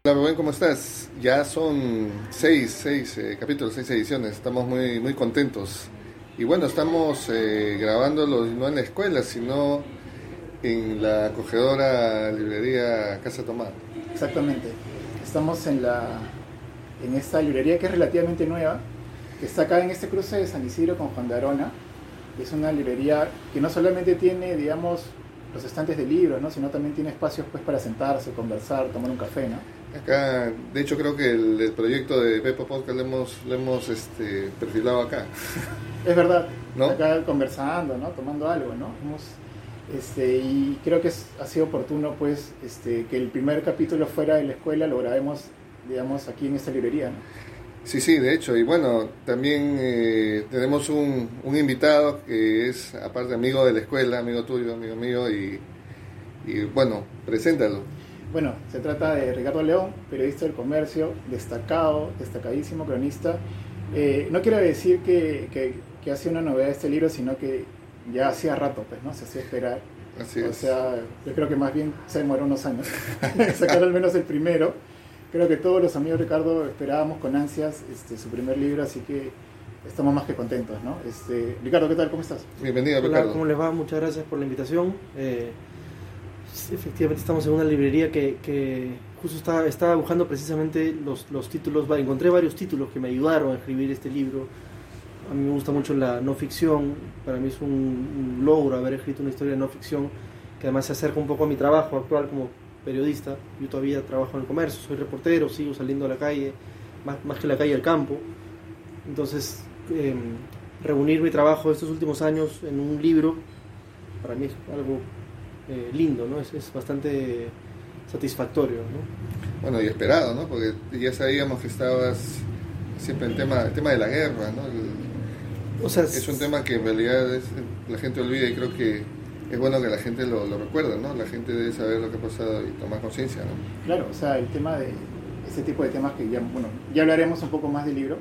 Hola Rubén, ¿cómo estás? Ya son seis capítulos, 6 ediciones, estamos muy contentos. Y bueno, estamos grabándolo no en la escuela, sino en la acogedora librería Casa Tomás. Exactamente. Estamos en esta librería que es relativamente nueva, que está acá en este cruce de San Isidro con Juan de Arona. Es una librería que no solamente tiene, digamos, los estantes de libros, ¿no? Sino también tiene espacios pues para sentarse, conversar, tomar un café, ¿no? Acá, de hecho creo que el proyecto de Pepo Podcast lo hemos perfilado acá, Es verdad, ¿no? acá conversando, ¿no? Tomando algo, ¿no? Y creo que ha sido oportuno pues que el primer capítulo fuera de la escuela lo grabemos, digamos, aquí en esta librería, ¿no? Sí, de hecho, y bueno, también tenemos un invitado que es, aparte, amigo de la escuela, amigo tuyo, amigo mío, y bueno, preséntalo. Bueno, se trata de Ricardo León, periodista del comercio, destacadísimo cronista. No quiero decir que ha sido una novedad este libro, sino que ya hacía rato, pues, ¿no? Se hacía esperar. Así O es. sea, yo creo que más bien se demoró unos años sacar al menos el primero. Creo que todos los amigos de Ricardo esperábamos con ansias su primer libro, así que estamos más que contentos, ¿no? Ricardo, ¿qué tal? ¿Cómo estás? Bienvenido, Hola, Ricardo. ¿cómo les va? Muchas gracias por la invitación. Efectivamente estamos en una librería que justo estaba buscando precisamente los títulos. Encontré varios títulos que me ayudaron a escribir este libro. A mí me gusta mucho la no ficción. Para mí es un logro haber escrito una historia de no ficción que además se acerca un poco a mi trabajo actual como periodista. Yo todavía trabajo en el comercio, soy reportero, sigo saliendo a la calle, más que la calle al campo. Entonces, reunir mi trabajo de estos últimos años en un libro, para mí es algo lindo, ¿no? Es bastante satisfactorio, ¿no? Bueno, y esperado, ¿no? Porque ya sabíamos que estabas siempre en el tema de la guerra, ¿no? O sea, Es un tema que en realidad la gente olvida, y creo que es bueno que la gente lo recuerde, ¿no? La gente debe saber lo que ha pasado y tomar conciencia, ¿no? Claro, o sea, el tema de ese tipo de temas que ya hablaremos un poco más del libro,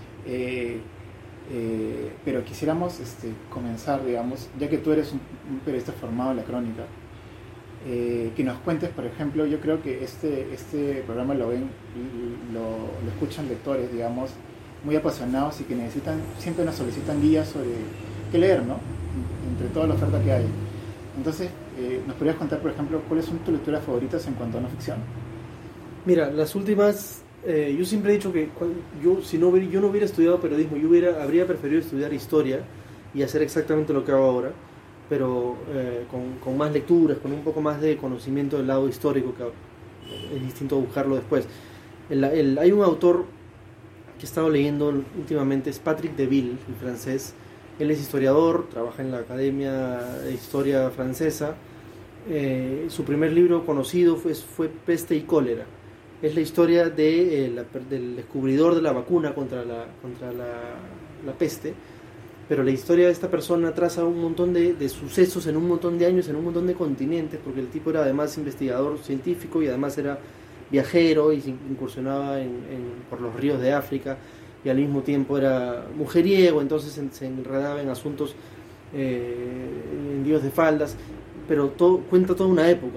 pero quisiéramos comenzar, digamos, ya que tú eres un periodista formado en la crónica, que nos cuentes, por ejemplo, yo creo que este programa lo escuchan lectores, digamos, muy apasionados y que siempre nos solicitan guías sobre qué leer, ¿no? Entre toda la oferta que hay. Entonces, ¿nos podrías contar, por ejemplo, cuáles son tus lecturas favoritas en cuanto a no ficción? mira, las últimas, yo siempre he dicho que yo no hubiera estudiado periodismo, habría preferido estudiar historia y hacer exactamente lo que hago ahora, pero con más lecturas, con un poco más de conocimiento del lado histórico, que es distinto a buscarlo después. Hay un autor que he estado leyendo últimamente, es Patrick Deville, el francés. Él es historiador, trabaja en la Academia de Historia Francesa. Su primer libro conocido fue Peste y Cólera. Es la historia del descubridor de la vacuna contra la peste, pero la historia de esta persona traza un montón de sucesos en un montón de años, en un montón de continentes, porque el tipo era además investigador científico y además era viajero y se incursionaba por los ríos de África, y al mismo tiempo era mujeriego, entonces se enredaba en asuntos, en líos de faldas, pero cuenta toda una época.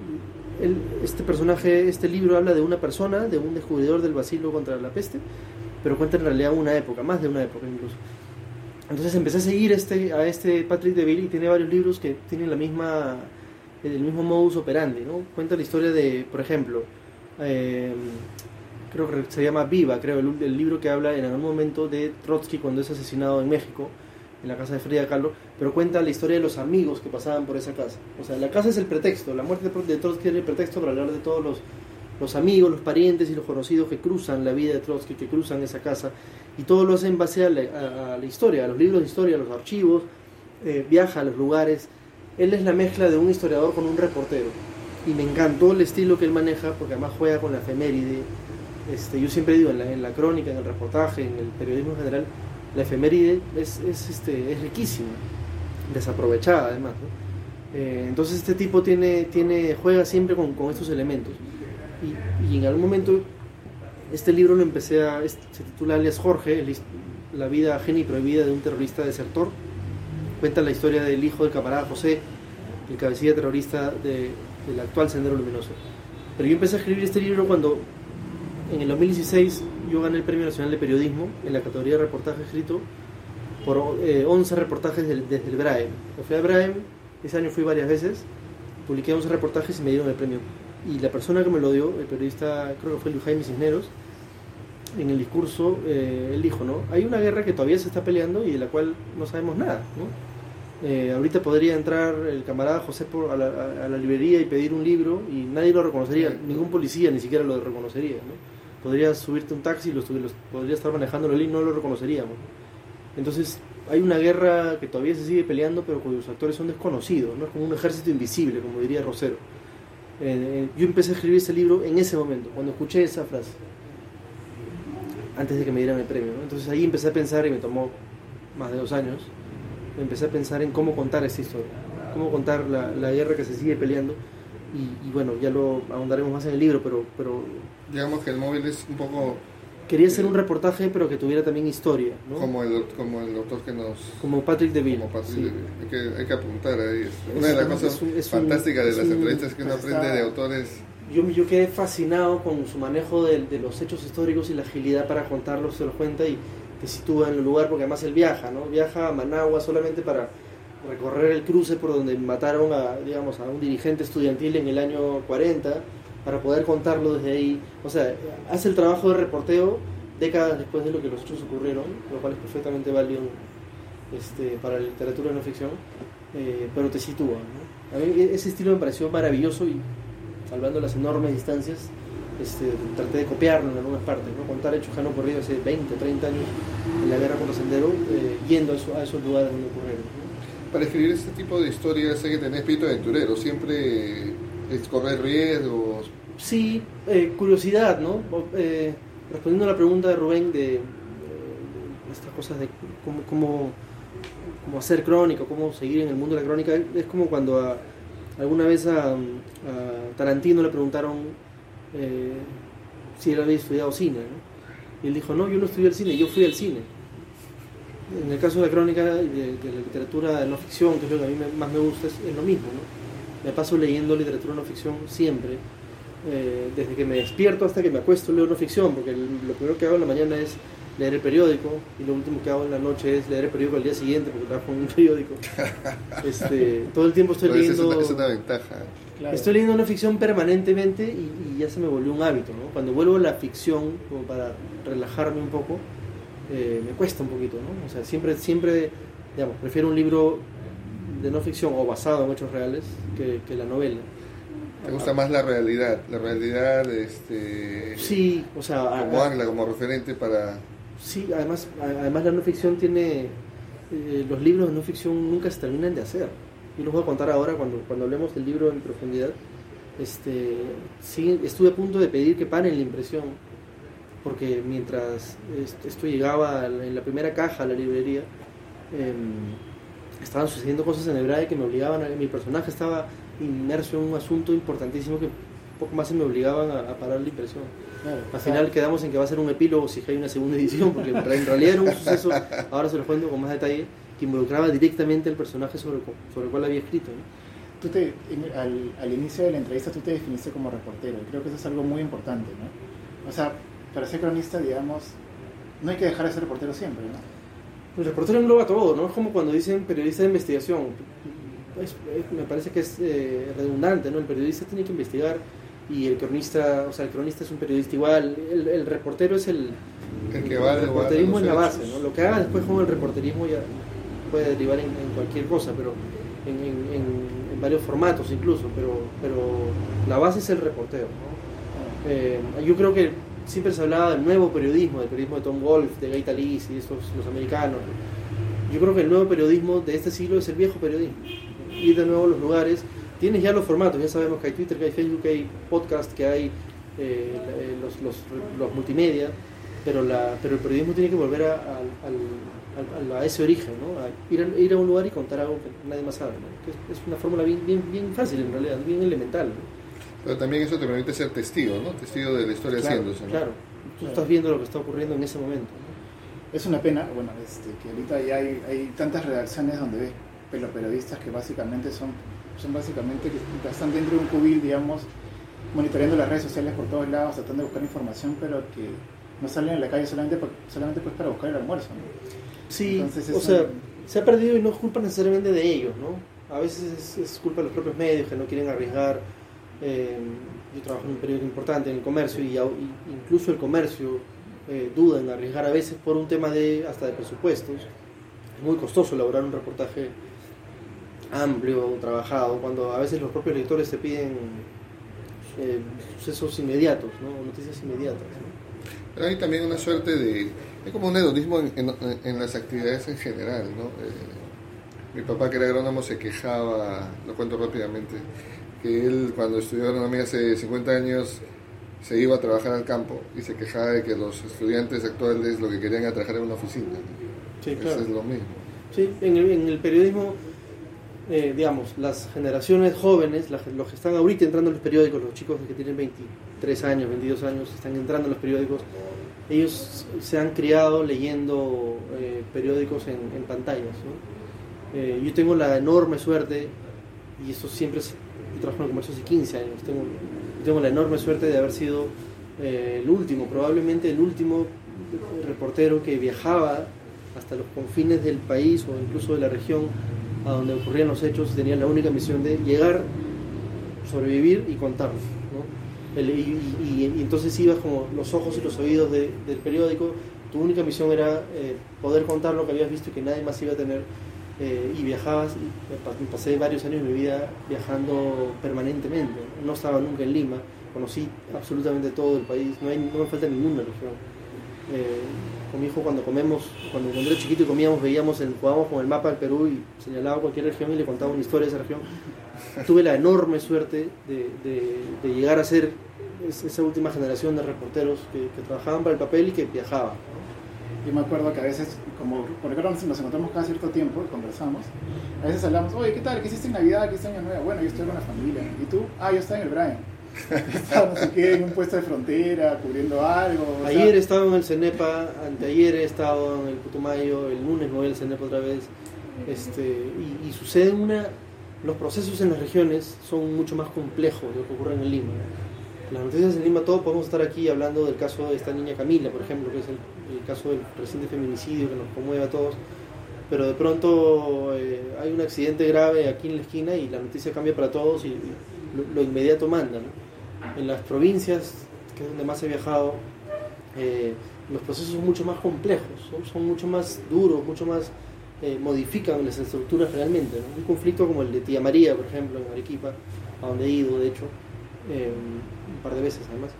Este libro habla de una persona, de un descubridor del bacilo contra la peste, pero cuenta en realidad una época, más de una época incluso. Entonces empecé a seguir a este Patrick Deville, y tiene varios libros que tienen el mismo modus operandi, ¿no? Cuenta la historia de, por ejemplo, creo que se llama Viva, el libro que habla en algún momento de Trotsky cuando es asesinado en México, en la casa de Frida Kahlo, pero cuenta la historia de los amigos que pasaban por esa casa. O sea, la casa es el pretexto, la muerte de Trotsky es el pretexto para hablar de todos los amigos, los parientes y los conocidos que cruzan la vida de Trotsky, que cruzan esa casa, y todo lo hace en base a la historia, a los libros de historia, a los archivos, viaja a los lugares. Él es la mezcla de un historiador con un reportero, y me encantó el estilo que él maneja, porque además juega con la efeméride. Yo siempre digo, en la crónica, en el reportaje, en el periodismo en general, la efeméride es riquísima, desaprovechada además, ¿no? Entonces este tipo juega siempre con estos elementos, y en algún momento este libro se titula Alias Jorge, la vida ajena y prohibida de un terrorista desertor. Cuenta la historia del hijo del camarada José, el cabecilla terrorista del actual Sendero Luminoso. Pero yo empecé a escribir este libro cuando, en el 2016, yo gané el Premio Nacional de Periodismo en la categoría de reportaje escrito por 11 reportajes desde el BRAEM. Yo fui al BRAEM, ese año fui varias veces, publiqué 11 reportajes y me dieron el premio. Y la persona que me lo dio, el periodista, creo que fue Luis Jaime Cisneros, en el discurso, él dijo, ¿no? Hay una guerra que todavía se está peleando y de la cual no sabemos nada, ¿no? Ahorita podría entrar el camarada José a la librería y pedir un libro y nadie lo reconocería, ningún policía ni siquiera lo reconocería, ¿no? Podrías subirte un taxi y podría estar manejando y no lo reconoceríamos. Entonces hay una guerra que todavía se sigue peleando pero cuyos actores son desconocidos, ¿no? Es como un ejército invisible, como diría Rosero. Yo empecé a escribir ese libro en ese momento, cuando escuché esa frase, antes de que me dieran el premio, ¿no? Entonces ahí empecé a pensar, y me tomó más de 2 años, empecé a pensar en cómo contar esta historia, cómo contar la guerra que se sigue peleando, y bueno, ya lo ahondaremos más en el libro, pero digamos que el móvil es un poco... Quería hacer un reportaje, pero que tuviera también historia, ¿no? Como el doctor que nos... Como Patrick DeVille. Como Patrick sí. DeVille. Hay que apuntar ahí. Una de las cosas fantásticas de las entrevistas que uno aprende de autores... Yo quedé fascinado con su manejo de los hechos históricos y la agilidad para contarlos, se los cuenta y te sitúa en el lugar, porque además él viaja, ¿no? Viaja a Managua solamente para recorrer el cruce por donde mataron a un dirigente estudiantil en el año 40, para poder contarlo desde ahí. O sea, hace el trabajo de reporteo décadas después de lo que los hechos ocurrieron, lo cual es perfectamente válido para la literatura de no ficción, pero te sitúa, ¿no? A mí ese estilo me pareció maravilloso y, salvando las enormes distancias, traté de copiarlo en algunas partes, ¿no? Contar hechos que han ocurrido hace 20, 30 años en la guerra contra Sendero, yendo a esos lugares donde ocurrieron, ¿no? Para escribir este tipo de historias hay que tener espíritu aventurero, siempre es correr riesgos. Sí, curiosidad, ¿no? Respondiendo a la pregunta de Rubén de estas cosas de cómo hacer crónica, cómo seguir en el mundo de la crónica, es como cuando alguna vez a Tarantino le preguntaron si él había estudiado cine, ¿no? Y él dijo, no, yo no estudié el cine, yo fui al cine. En el caso de la crónica, de la literatura de no ficción, que es lo que a mí más me gusta, es lo mismo, ¿no? Me paso leyendo literatura no ficción siempre, desde que me despierto hasta que me acuesto leo no ficción, porque lo primero que hago en la mañana es leer el periódico y lo último que hago en la noche es leer el periódico al día siguiente, porque trabajo en un periódico. Todo el tiempo estoy leyendo... Es una ventaja. Claro. Estoy leyendo una ficción permanentemente y ya se me volvió un hábito, ¿no? Cuando vuelvo a la ficción, como para relajarme un poco, me cuesta un poquito, ¿no? O sea, siempre, digamos, prefiero un libro de no ficción o basado en hechos reales que la novela. ¿Te gusta más la realidad? Sí, o sea... Como ancla, como referente para... Sí, además la no ficción tiene... los libros de no ficción nunca se terminan de hacer. Yo les voy a contar ahora, cuando hablemos del libro en profundidad, sí, estuve a punto de pedir que paren la impresión, porque mientras esto llegaba en la primera caja a la librería, estaban sucediendo cosas en el BRAE que me obligaban mi personaje estaba inmerso en un asunto importantísimo que un poco más se me obligaban a parar la impresión. Claro, Al final quedamos en que va a ser un epílogo si hay una segunda edición, porque en realidad era un suceso, ahora se lo cuento con más detalle, que involucraba directamente al personaje sobre el cual había escrito, ¿no? Tú al inicio de la entrevista tú te definiste como reportero, y creo que eso es algo muy importante, ¿no? O sea, para ser cronista, digamos, no hay que dejar de ser reportero siempre, ¿no? El reportero engloba todo, ¿no? Es como cuando dicen periodista de investigación. Me parece que es redundante, ¿no? El periodista tiene que investigar y el cronista, o sea, el cronista es un periodista igual. El reportero es el que va el reporterismo es la base, ¿no? Lo que haga después con el reporterismo ya puede derivar en cualquier cosa, pero en varios formatos incluso, pero la base es el reportero, ¿no? Yo creo que siempre se hablaba del nuevo periodismo, del periodismo de Tom Wolfe, de Gay Talese y los americanos. Yo creo que el nuevo periodismo de este siglo es el viejo periodismo. Ir de nuevo a los lugares, tienes ya los formatos, ya sabemos que hay Twitter, que hay Facebook, que hay podcast, que hay los multimedia, pero el periodismo tiene que volver a ese origen, ¿no? A ir a un lugar y contar algo que nadie más sabe, ¿no? Que es una fórmula bien fácil en realidad, bien elemental, ¿no? Pero también eso te permite ser testigo, ¿no? Testigo de la historia haciéndose, ¿no? Claro, tú estás viendo lo que está ocurriendo en ese momento, ¿no? Es una pena, bueno, que ahorita ya hay tantas redacciones donde ves los periodistas que básicamente son básicamente que están dentro de un cubil, digamos, monitoreando las redes sociales por todos lados, tratando de buscar información, pero que no salen en la calle solamente pues para buscar el almuerzo, ¿no? Sí, Entonces, o sea, se ha perdido y no es culpa necesariamente de ellos, ¿no? A veces es culpa de los propios medios que no quieren arriesgar. Yo trabajo en un periódico importante, en el comercio, y incluso el comercio duda en arriesgar a veces por un tema hasta de presupuestos. Es muy costoso elaborar un reportaje amplio, trabajado, cuando a veces los propios lectores te piden sucesos inmediatos, ¿no? Noticias inmediatas, ¿no? Pero hay también una suerte hay como un hedonismo en las actividades en general, ¿no? Mi papá, que era agrónomo, se quejaba, lo cuento rápidamente, que él cuando estudió agronomía hace 50 años se iba a trabajar al campo y se quejaba de que los estudiantes actuales lo que querían era trabajar en una oficina, ¿no? Sí, claro. Eso es lo mismo. Sí, en el periodismo, digamos, las generaciones jóvenes, los que están ahorita entrando en los periódicos, los chicos que tienen 23 años, 22 años, están entrando en los periódicos, ellos se han criado leyendo periódicos en pantallas, ¿no? Yo tengo la enorme suerte, y eso siempre yo trabajo en el comercio hace 15 años, tengo la enorme suerte de haber sido probablemente el último reportero que viajaba hasta los confines del país o incluso de la región a donde ocurrían los hechos. Tenía la única misión de llegar, sobrevivir y contarlos, ¿no? Y entonces ibas como los ojos y los oídos del periódico. Tu única misión era poder contar lo que habías visto y que nadie más iba a tener, y viajabas. Y pasé varios años de mi vida viajando permanentemente, no estaba nunca en Lima, conocí absolutamente todo el país, no me falta ninguna región. Con mi hijo cuando era chiquito y comíamos, jugábamos con el mapa del Perú y señalaba cualquier región y le contaba una historia de esa región. Tuve la enorme suerte de llegar a ser esa última generación de reporteros que trabajaban para el papel y que viajaban. Yo me acuerdo que a veces, por acá nos encontramos cada cierto tiempo y conversamos, a veces hablamos, oye, ¿qué tal? ¿Qué hiciste en Navidad? ¿Qué hiciste en Año Nuevo? Bueno, yo estoy con la familia. ¿Y tú? Yo estaba en el Brian. Estaba no sé qué, en un puesto de frontera, cubriendo algo. Ayer he estado en el CENEPA, anteayer he estado en el Putumayo, el lunes me voy al CENEPA otra vez. Y sucede los procesos en las regiones son mucho más complejos de lo que ocurre en Lima. Las noticias en Lima, todos podemos estar aquí hablando del caso de esta niña Camila, por ejemplo, que es el caso del reciente feminicidio que nos conmueve a todos, pero de pronto hay un accidente grave aquí en la esquina y la noticia cambia para todos y lo inmediato manda, ¿no? En las provincias, que es donde más he viajado, los procesos son mucho más complejos, son mucho más duros, mucho más modifican las estructuras realmente, ¿no? Un conflicto como el de Tía María, por ejemplo, en Arequipa, a donde he ido, de hecho, un par de veces además,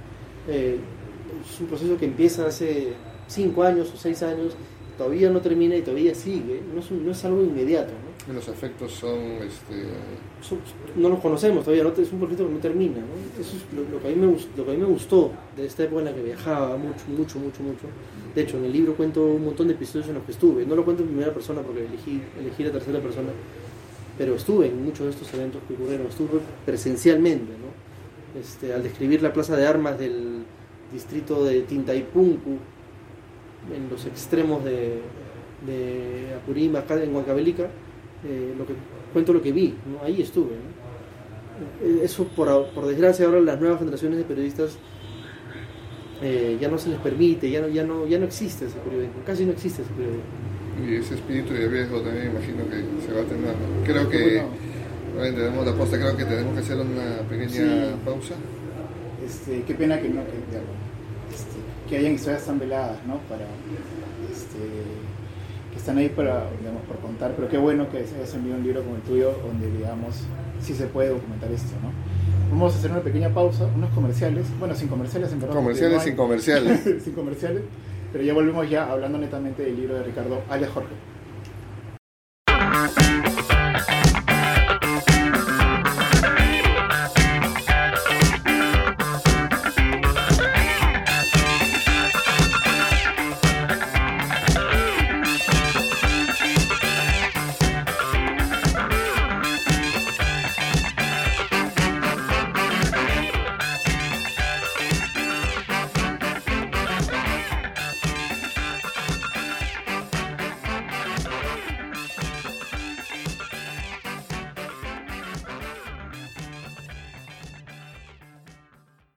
es un proceso que empieza hace 5 años o 6 años, todavía no termina y todavía sigue, no es algo inmediato, ¿no? Y los efectos son no los conocemos todavía, es un conflicto que no termina, ¿no? Eso es lo que a mí me gustó de esta época en la que viajaba mucho. De hecho, en el libro cuento un montón de episodios en los que estuve. No lo cuento en primera persona porque elegí la tercera persona, pero estuve en muchos de estos eventos que ocurrieron, estuve presencialmente, ¿no? Al describir la plaza de armas del distrito de Tintaypunku, en los extremos de Apurímac, acá en Huancavelica, cuento lo que vi, ¿no? Ahí estuve, ¿no? Eso por desgracia ahora las nuevas generaciones de periodistas ya no se les permite, ya no existe ese periodismo, casi no existe ese periodismo. Y ese espíritu de riesgo también imagino que se va a tener, ¿no? Creo que bueno, tenemos la posta, creo que tenemos que hacer una pequeña pausa. Qué pena que hayan historias tan veladas, ¿no? Que están ahí por contar, pero qué bueno que hayas enviado un libro como el tuyo donde, digamos, sí se puede documentar esto, ¿no? Vamos a hacer una pequeña pausa, unos comerciales, bueno, sin comerciales en verdad. Comerciales sin comerciales. Sin comerciales, pero ya volvemos ya hablando netamente del libro de Ricardo alias Jorge.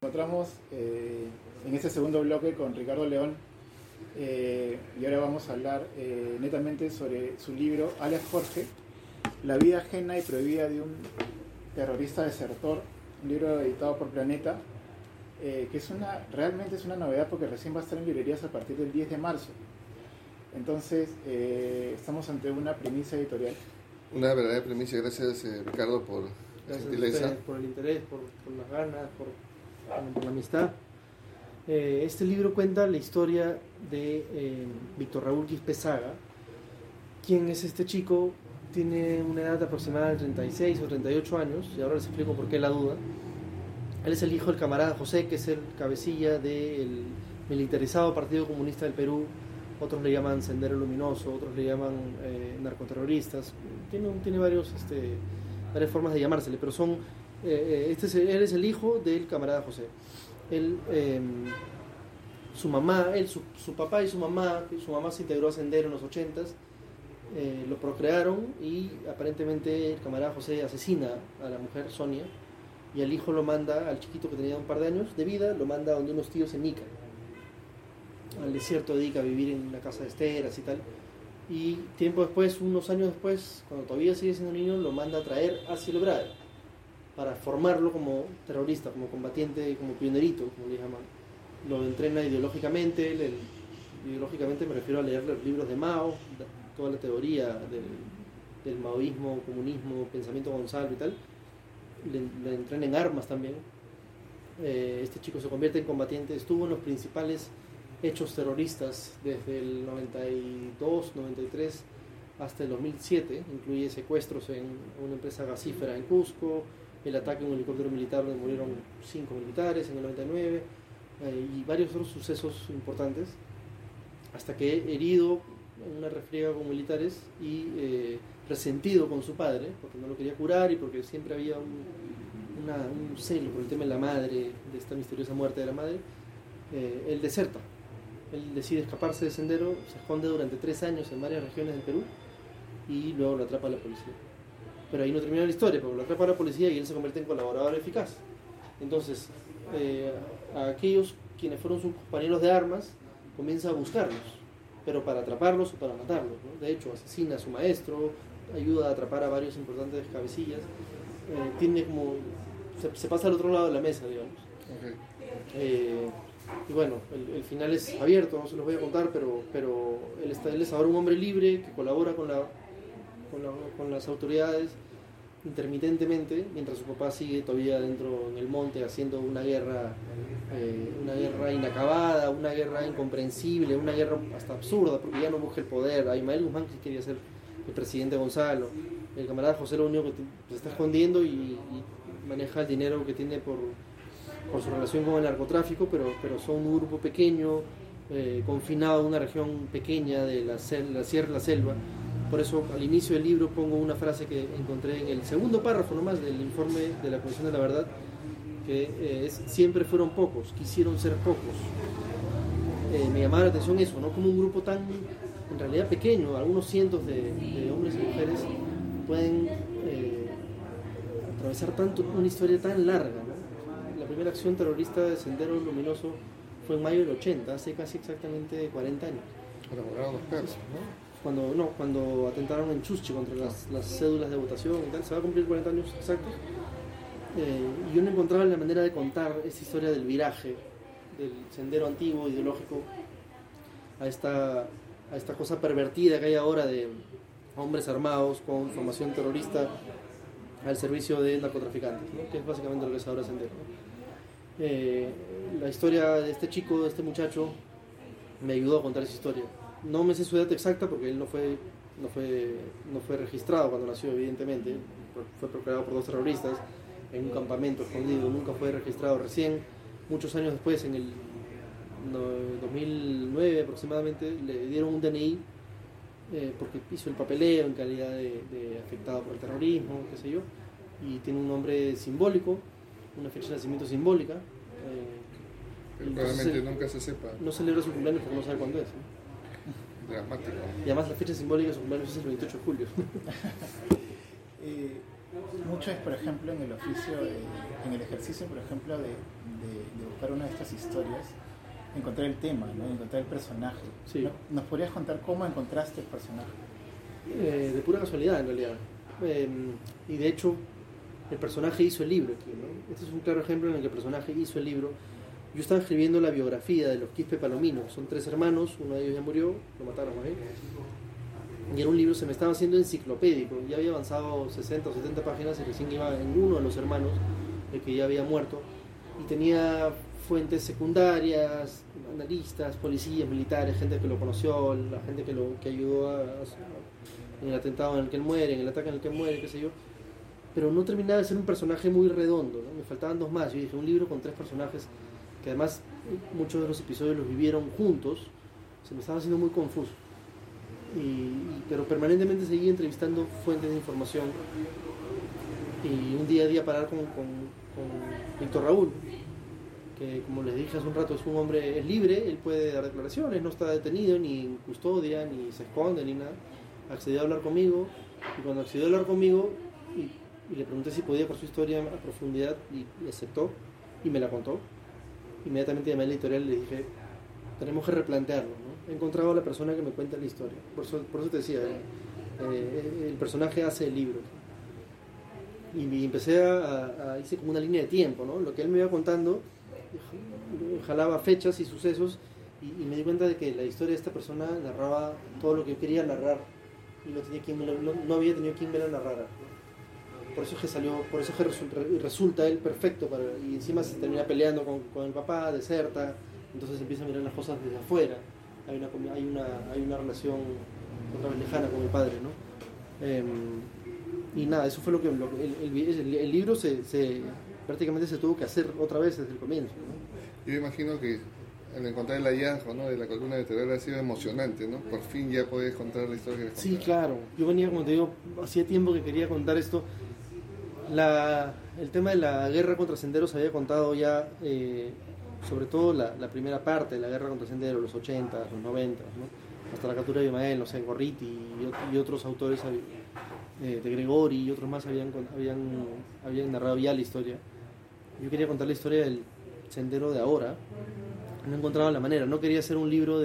Encontramos en este segundo bloque con Ricardo León y ahora vamos a hablar netamente sobre su libro Alias Jorge, La vida ajena y prohibida de un terrorista desertor, un libro editado por Planeta, que realmente es una novedad porque recién va a estar en librerías a partir del 10 de marzo. Entonces estamos ante una primicia editorial. Una verdadera primicia. Gracias, Ricardo, por la gentileza. Por el interés, por las ganas, por la amistad. Este libro cuenta la historia de Víctor Raúl Quispe Saga. ¿Quién es este chico? Tiene una edad aproximada de 36 o 38 años, y ahora les explico por qué la duda. Él es el hijo del camarada José, que es el cabecilla del militarizado Partido Comunista del Perú. Otros le llaman Sendero Luminoso, otros le llaman narcoterroristas. Tiene varias formas de llamársele, pero él es el hijo del camarada José. Su papá y su mamá se integró a Sendero en los 80s, lo procrearon y aparentemente el camarada José asesina a la mujer Sonia y al hijo lo manda, al chiquito que tenía un par de años de vida, lo manda donde unos tíos en Ica, al desierto de Ica, a vivir en una casa de esteras y tal. Y tiempo después, unos años después, cuando todavía sigue siendo niño, lo manda a traer a Cielo Brave para formarlo como terrorista, como combatiente, como pionerito, como le llaman. Lo entrena ideológicamente. Ideológicamente me refiero a leer los libros de Mao, toda la teoría del maoísmo, comunismo, pensamiento Gonzalo y tal. Le entrena en armas también. Este chico se convierte en combatiente, estuvo en los principales hechos terroristas desde el 92, 93 hasta el 2007, incluye secuestros en una empresa gasífera en Cusco, el ataque a un helicóptero militar donde murieron 5 militares en el 99 y varios otros sucesos importantes, hasta que herido en una refriega con militares y resentido con su padre porque no lo quería curar y porque siempre había un celo por el tema de la madre, de esta misteriosa muerte de la madre. Él deserta. Él decide escaparse de Sendero, se esconde durante 3 años en varias regiones del Perú y luego lo atrapa la policía. Pero ahí no termina la historia, porque lo atrapa la policía y él se convierte en colaborador eficaz. Entonces, a aquellos quienes fueron sus compañeros de armas, comienza a buscarlos, pero para atraparlos o para matarlos, ¿no? De hecho, asesina a su maestro, ayuda a atrapar a varios importantes cabecillas, tiene como... Se pasa al otro lado de la mesa, digamos. Okay. Y bueno, el final es abierto, no se los voy a contar, pero él es ahora un hombre libre que colabora con las autoridades intermitentemente, mientras su papá sigue todavía dentro en el monte haciendo una guerra inacabada, una guerra incomprensible, una guerra hasta absurda, porque ya no busca el poder. Hay Ismael Guzmán que quería ser el presidente Gonzalo, el camarada José lo único que se está escondiendo y maneja el dinero que tiene por su relación con el narcotráfico, pero son un grupo pequeño, confinado a una región pequeña de la Sierra de la Selva. Por eso al inicio del libro pongo una frase que encontré en el segundo párrafo nomás del informe de la Comisión de la Verdad, que es: siempre fueron pocos, quisieron ser pocos. Me llamaba la atención eso, ¿no? Como un grupo tan, en realidad pequeño, algunos cientos de hombres y mujeres pueden atravesar una historia tan larga, ¿no? La primera acción terrorista de Sendero Luminoso fue en mayo del 80, hace casi exactamente 40 años. Cuando murieron los perros, ¿no? Cuando atentaron en Chuschi contra las cédulas de votación y tal, se va a cumplir 40 años exactos. Y yo no encontraba la manera de contar esta historia del viraje, del sendero antiguo, ideológico, a esta cosa pervertida que hay ahora de hombres armados con formación terrorista al servicio de narcotraficantes, ¿no? Que es básicamente lo que es ahora Sendero, ¿no? La historia de este chico, de este muchacho, me ayudó a contar esa historia. No me sé su edad exacta porque él no fue registrado cuando nació, evidentemente. Fue procreado por 2 terroristas en un campamento escondido, nunca fue registrado. Recién, muchos años después, en el 2009 aproximadamente, le dieron un DNI porque hizo el papeleo en calidad de afectado por el terrorismo, qué sé yo, y tiene un nombre simbólico, una fecha de nacimiento simbólica. Probablemente nunca se sepa. No celebra su cumpleaños porque no sabe cuándo es, ¿no? Dramático. Y además la fecha simbólica de su cumpleaños es el 28 de julio. mucho es, por ejemplo, en el oficio, en el ejercicio, por ejemplo, de buscar una de estas historias, encontrar el tema, ¿no? Encontrar el personaje. Sí. ¿Nos podrías contar cómo encontraste el personaje? De pura casualidad, en realidad. Y de hecho, el personaje hizo el libro aquí, ¿no? Este es un claro ejemplo en el que el personaje hizo el libro. Yo estaba escribiendo la biografía de los Quispe Palomino. Son 3 hermanos, uno de ellos ya murió, lo mataron, ¿eh? Y era un libro, se me estaba haciendo enciclopédico. Ya había avanzado 60 o 70 páginas y recién iba en uno de los hermanos, el que ya había muerto. Y tenía fuentes secundarias, analistas, policías, militares, gente que lo conoció, la gente que ayudó en el atentado en el que él muere, en el ataque en el que él muere, qué sé yo. Pero no terminaba de ser un personaje muy redondo, ¿no? Me faltaban 2 más. Yo dije, un libro con 3 personajes, que además muchos de los episodios los vivieron juntos, se me estaba haciendo muy confuso. Pero permanentemente seguí entrevistando fuentes de información. Y un día di a parar con Víctor Raúl, que como les dije hace un rato, es un hombre, es libre, él puede dar declaraciones, no está detenido ni en custodia, ni se esconde, ni nada. Accedió a hablar conmigo, y cuando accedió a hablar conmigo y le pregunté si podía por su historia a profundidad, y aceptó y me la contó, inmediatamente llamé a la editorial y le dije, tenemos que replantearlo, ¿no? He encontrado a la persona que me cuenta la historia, por eso te decía, el personaje hace el libro. Y empecé hice como una línea de tiempo, ¿no? Lo que él me iba contando, jalaba fechas y sucesos, y me di cuenta de que la historia de esta persona narraba todo lo que yo quería narrar, y no había tenido quien me la narrara, ¿no? Por eso que resulta él perfecto, y encima se termina peleando con el papá, deserta, entonces empieza a mirar las cosas desde afuera, hay una relación otra vez lejana con el padre, ¿no? Y nada, eso fue lo que el libro prácticamente se tuvo que hacer otra vez desde el comienzo, ¿no? Yo imagino que al encontrar el hallazgo, ¿no?, de la columna vertebral ha sido emocionante, ¿no? Por fin ya puedes contar la historia que les Sí, contaba. claro. Yo venía, como te digo, hacía tiempo que quería contar esto. El tema de la guerra contra senderos había contado ya, sobre todo la primera parte de la guerra contra senderos, los 80, los 90, ¿no? Hasta la captura de Imael, no sé, Gorriti y otros autores de Gregori y otros más habían narrado ya la historia. Yo quería contar la historia del sendero de ahora. No encontraba la manera. No quería hacer un libro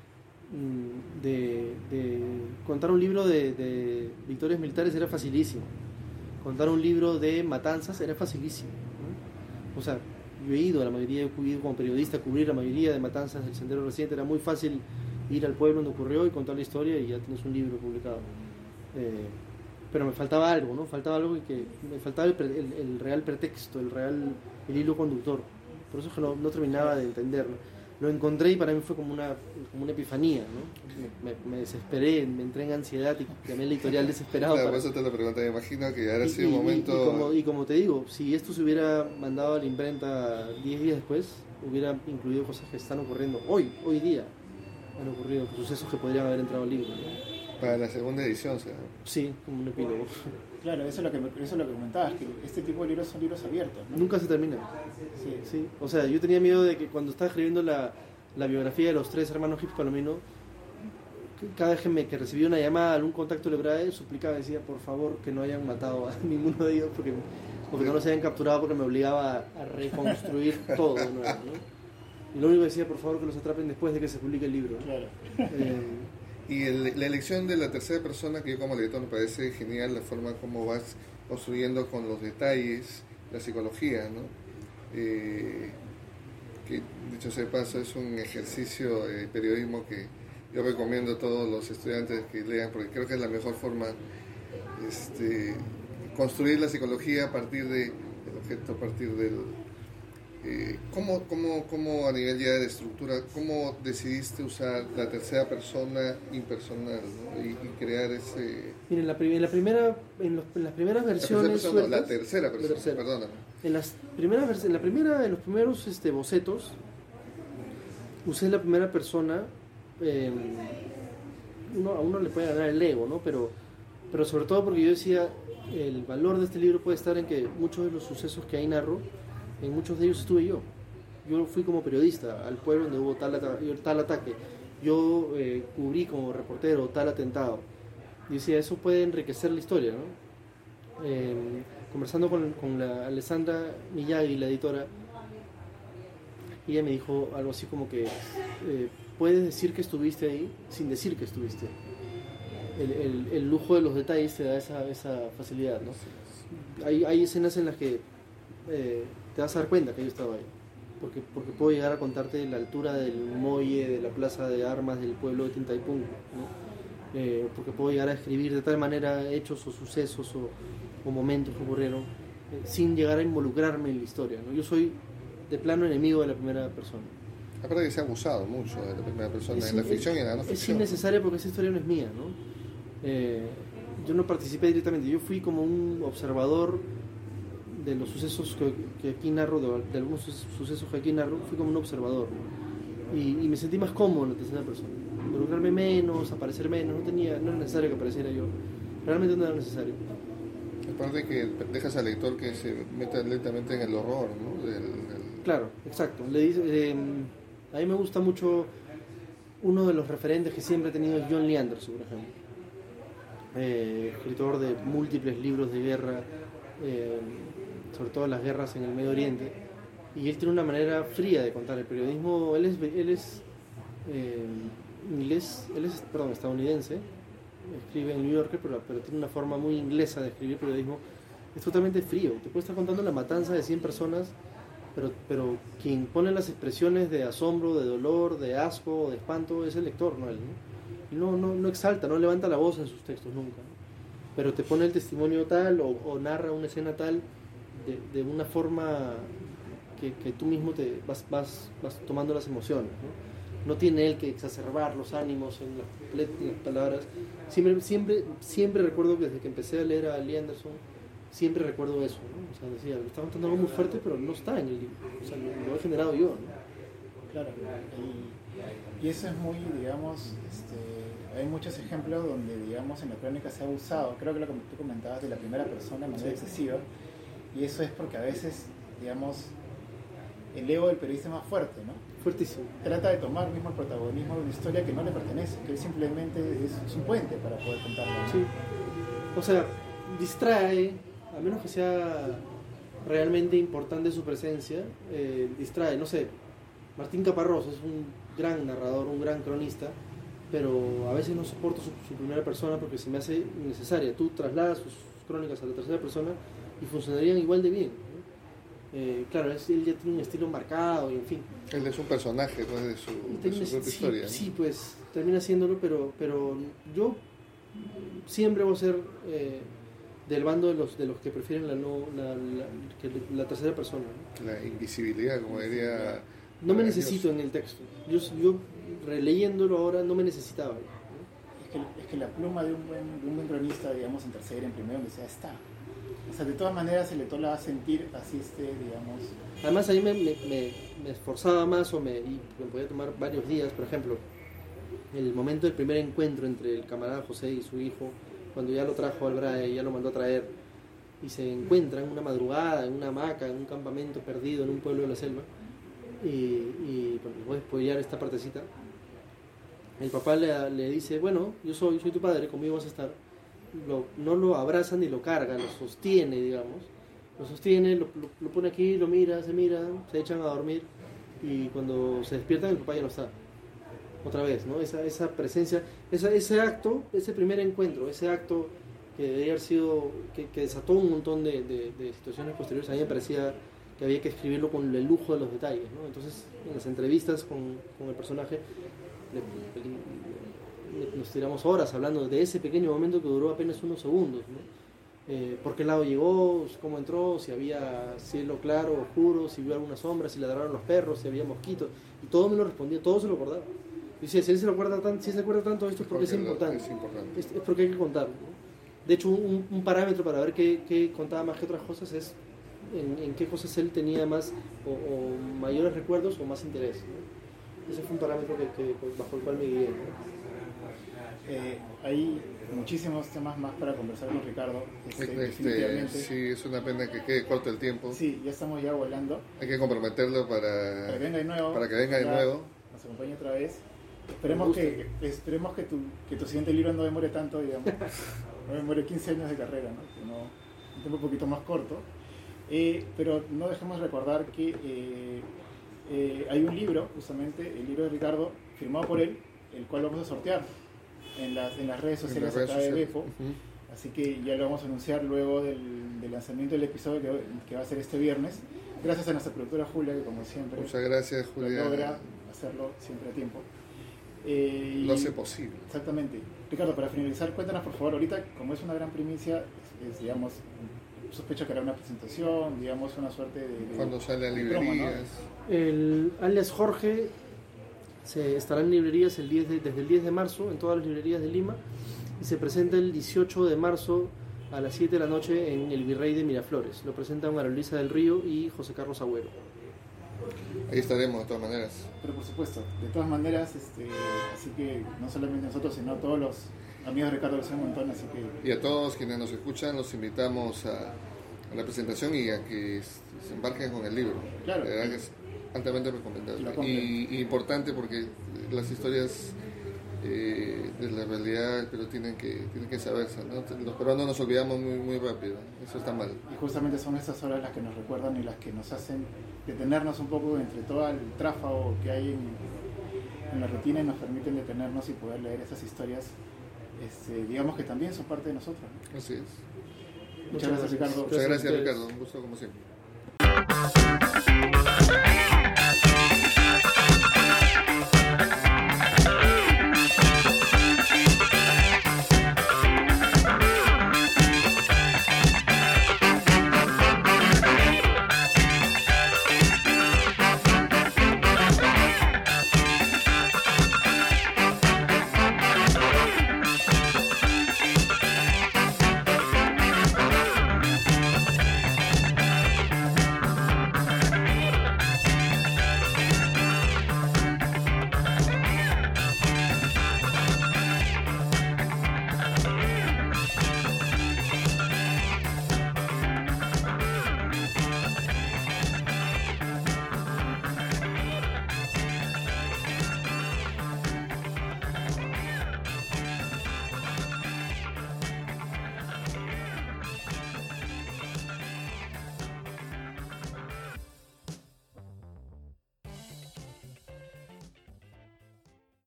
contar un libro de victorias militares era facilísimo. Contar un libro de matanzas era facilísimo, ¿no? O sea, yo he ido como periodista a cubrir la mayoría de matanzas del sendero reciente. Era muy fácil ir al pueblo donde ocurrió y contar la historia y ya tienes un libro publicado. Pero me faltaba algo, ¿no? Faltaba algo me faltaba el real pretexto, el hilo conductor. Por eso es que no terminaba de entenderlo. Lo encontré y para mí fue como una epifanía, ¿no? Me desesperé, me entré en ansiedad y llamé a la editorial desesperado. Claro, por eso te lo pregunté, me imagino que ahora ha sido un momento... Y como te digo, si esto se hubiera mandado a la imprenta 10 días después, hubiera incluido cosas que están ocurriendo hoy día. Han ocurrido sucesos que podrían haber entrado al libro, ¿no? Para la segunda edición, ¿sí? Sí, como un epílogo. Claro, eso es lo que comentabas, que este tipo de libros son libros abiertos, ¿no? Nunca se termina. Sí. O sea, yo tenía miedo de que cuando estaba escribiendo la biografía de los 3 hermanos Quispe Palomino, cada vez que recibía una llamada, algún contacto logrado, suplicaba, decía, por favor, que no hayan matado a ninguno de ellos, porque no los hayan capturado, porque me obligaba a reconstruir todo de nuevo, ¿no? Y lo único que decía, por favor, que los atrapen después de que se publique el libro. Claro. Y la elección de la tercera persona, que yo como lector me parece genial, la forma como vas construyendo con los detalles, la psicología, ¿no? Que dicho sea de paso es un ejercicio de periodismo que yo recomiendo a todos los estudiantes que lean, porque creo que es la mejor forma, construir la psicología a partir del objeto, a partir del... ¿Cómo a nivel ya de estructura, cómo decidiste usar la tercera persona impersonal, ¿no? y crear ese... Miren, en las primeras versiones... La tercera persona, perdóname. En los primeros bocetos, usé la primera persona. A uno le puede ganar el ego, ¿no? Pero sobre todo porque yo decía, el valor de este libro puede estar en que muchos de los sucesos que ahí narro, en muchos de ellos estuve yo. Yo fui como periodista al pueblo donde hubo tal ataque. Yo cubrí como reportero tal atentado. Y decía, eso puede enriquecer la historia, ¿no? conversando con la Alessandra Miyagi, la editora, ella me dijo algo así como que puedes decir que estuviste ahí sin decir que estuviste. El lujo de los detalles te da esa facilidad, ¿no? Hay escenas en las que te vas a dar cuenta que yo estaba ahí, porque puedo llegar a contarte la altura del muelle de la plaza de armas del pueblo de Tintaypung, ¿no? Porque puedo llegar a escribir de tal manera hechos o sucesos o momentos que ocurrieron sin llegar a involucrarme en la historia, ¿no? Yo soy de plano enemigo de la primera persona. Aparte que se ha abusado mucho de la primera persona en la ficción y en la no ficción. Es innecesario porque esa historia no es mía, ¿no? Yo no participé directamente, yo fui como un observador de los sucesos que aquí narro, de algunos sucesos que aquí narro, fui como un observador, ¿no? Y me sentí más cómodo en la tercera persona, involucrarme menos, aparecer menos, no era necesario que apareciera yo, realmente no era necesario. Aparte que dejas al lector que se meta lentamente en el horror, ¿no? Claro, exacto. A mí me gusta mucho, uno de los referentes que siempre he tenido es John Lee Anderson, por ejemplo. Escritor de múltiples libros de guerra, sobre todo las guerras en el Medio Oriente, y él tiene una manera fría de contar el periodismo. Él es estadounidense, escribe en New Yorker, pero tiene una forma muy inglesa de escribir periodismo. Es totalmente frío, te puede estar contando la matanza de 100 personas, pero quien pone las expresiones de asombro, de dolor, de asco, de espanto es el lector, no él, ¿no? Y no exalta, no levanta la voz en sus textos nunca, ¿no? Pero te pone el testimonio tal o narra una escena tal de una forma que tú mismo te vas tomando las emociones, ¿no? No tiene él que exacerbar los ánimos en las palabras. Siempre recuerdo que desde que empecé a leer a Lee Anderson, siempre recuerdo eso, ¿no? O sea, decía, me está contando algo muy fuerte, pero no está en el libro, o sea, lo he generado yo, ¿no? Claro, y eso es muy, digamos, hay muchos ejemplos donde, digamos, en la crónica se ha abusado, creo que lo que tú comentabas de la primera persona de manera excesiva, y eso es porque a veces, digamos, el ego del periodista es más fuerte, ¿no? Fuertísimo. Trata de tomar mismo el protagonismo de una historia que no le pertenece, que él simplemente es un puente para poder contarla, ¿no? Sí. O sea, distrae, a menos que sea realmente importante su presencia, distrae, no sé, Martín Caparrós es un gran narrador, un gran cronista, pero a veces no soporto su primera persona porque se me hace innecesaria. Tú trasladas sus crónicas a la tercera persona y funcionarían igual de bien, ¿no? Claro, él ya tiene un estilo marcado y en fin. Él es un personaje, ¿no? de su propia historia, ¿no? Sí, pues termina haciéndolo, pero yo siempre voy a ser del bando de los que prefieren la tercera persona, ¿no? La invisibilidad, como diría... No me necesito en el texto. Yo releyéndolo ahora no me necesitaba, ¿no? Es que la pluma de un buen cronista, digamos, en tercera, en primera, donde sea, está. O sea, de todas maneras el lector la va a sentir, así digamos... Además a mí me esforzaba más y me podía tomar varios días, por ejemplo, el momento del primer encuentro entre el camarada José y su hijo, cuando ya lo trajo al BRAE, ya lo mandó a traer, y se encuentran una madrugada en una hamaca, en un campamento perdido en un pueblo de la selva, y bueno, voy a spoilear esta partecita. El papá le dice, bueno, yo soy tu padre, conmigo vas a estar. No lo abraza ni lo carga, lo sostiene, digamos. Lo sostiene, lo pone aquí, lo mira, se echan a dormir, y cuando se despiertan el papá ya no está. Otra vez, ¿no? Esa presencia, ese acto, ese primer encuentro, ese acto que debería haber sido, que desató un montón de situaciones posteriores. A mí me parecía que había que escribirlo con el lujo de los detalles, ¿no? Entonces, en las entrevistas con el personaje, nos tiramos horas hablando de ese pequeño momento que duró apenas unos segundos, ¿no? Por qué lado llegó, cómo entró, si había cielo claro, oscuro, si vio alguna sombra, si ladraron los perros, si había mosquitos, y todo me lo respondía, todo se lo acordaba. Y decía, si él se acuerda tanto de esto es porque es importante. Es porque hay que contarlo, ¿no? De hecho, un parámetro para ver qué contaba más que otras cosas es en qué cosas él tenía más o mayores recuerdos o más interés, ¿no? Ese fue un parámetro bajo el cual me guié, ¿no? Hay muchísimos temas más para conversar con Ricardo. Definitivamente. Sí, es una pena que quede corto el tiempo. Sí, ya estamos ya volando. Hay que comprometerlo para que venga de nuevo. Para que venga de nuevo. Nos acompañe otra vez. Esperemos que tu siguiente libro no demore tanto, digamos. No demore 15 años de carrera, ¿no? Que un tiempo un poquito más corto. Pero no dejemos de recordar que hay un libro, justamente, el libro de Ricardo, firmado por él, el cual vamos a sortear en las redes sociales acá de Beppo. Así que ya lo vamos a anunciar luego del lanzamiento del episodio que va a ser este viernes. Gracias a nuestra productora Julia, que como siempre muchas gracias, Julia, logra hacerlo siempre a tiempo. Lo hace posible. Exactamente. Ricardo, para finalizar, cuéntanos por favor, ahorita como es una gran primicia, digamos, sospecho que hará una presentación, digamos, una suerte de cuando sale a librerías. Promo, ¿no? El alias Jorge estará en librerías desde el 10 de marzo, en todas las librerías de Lima, y se presenta el 18 de marzo a las 7 de la noche en El Virrey de Miraflores. Lo presentan María Luisa del Río y José Carlos Agüero. Ahí estaremos de todas maneras. Pero por supuesto, de todas maneras, así que no solamente nosotros, sino todos los amigos de Ricardo lo hacen un montón, así que... Y a todos quienes nos escuchan, los invitamos a la presentación y a que se embarquen con el libro. Claro. La verdad que es altamente recomendable. Y importante porque las historias de la realidad, pero tienen que saberse, ¿no? Los peruanos nos olvidamos muy rápido, eso está mal. Y justamente son estas horas las que nos recuerdan y las que nos hacen detenernos un poco entre todo el tráfago que hay en la rutina y nos permiten detenernos y poder leer esas historias, digamos que también son parte de nosotros, ¿no? Así es. Muchas gracias, Ricardo. Muchas gracias, Ricardo, un gusto como siempre.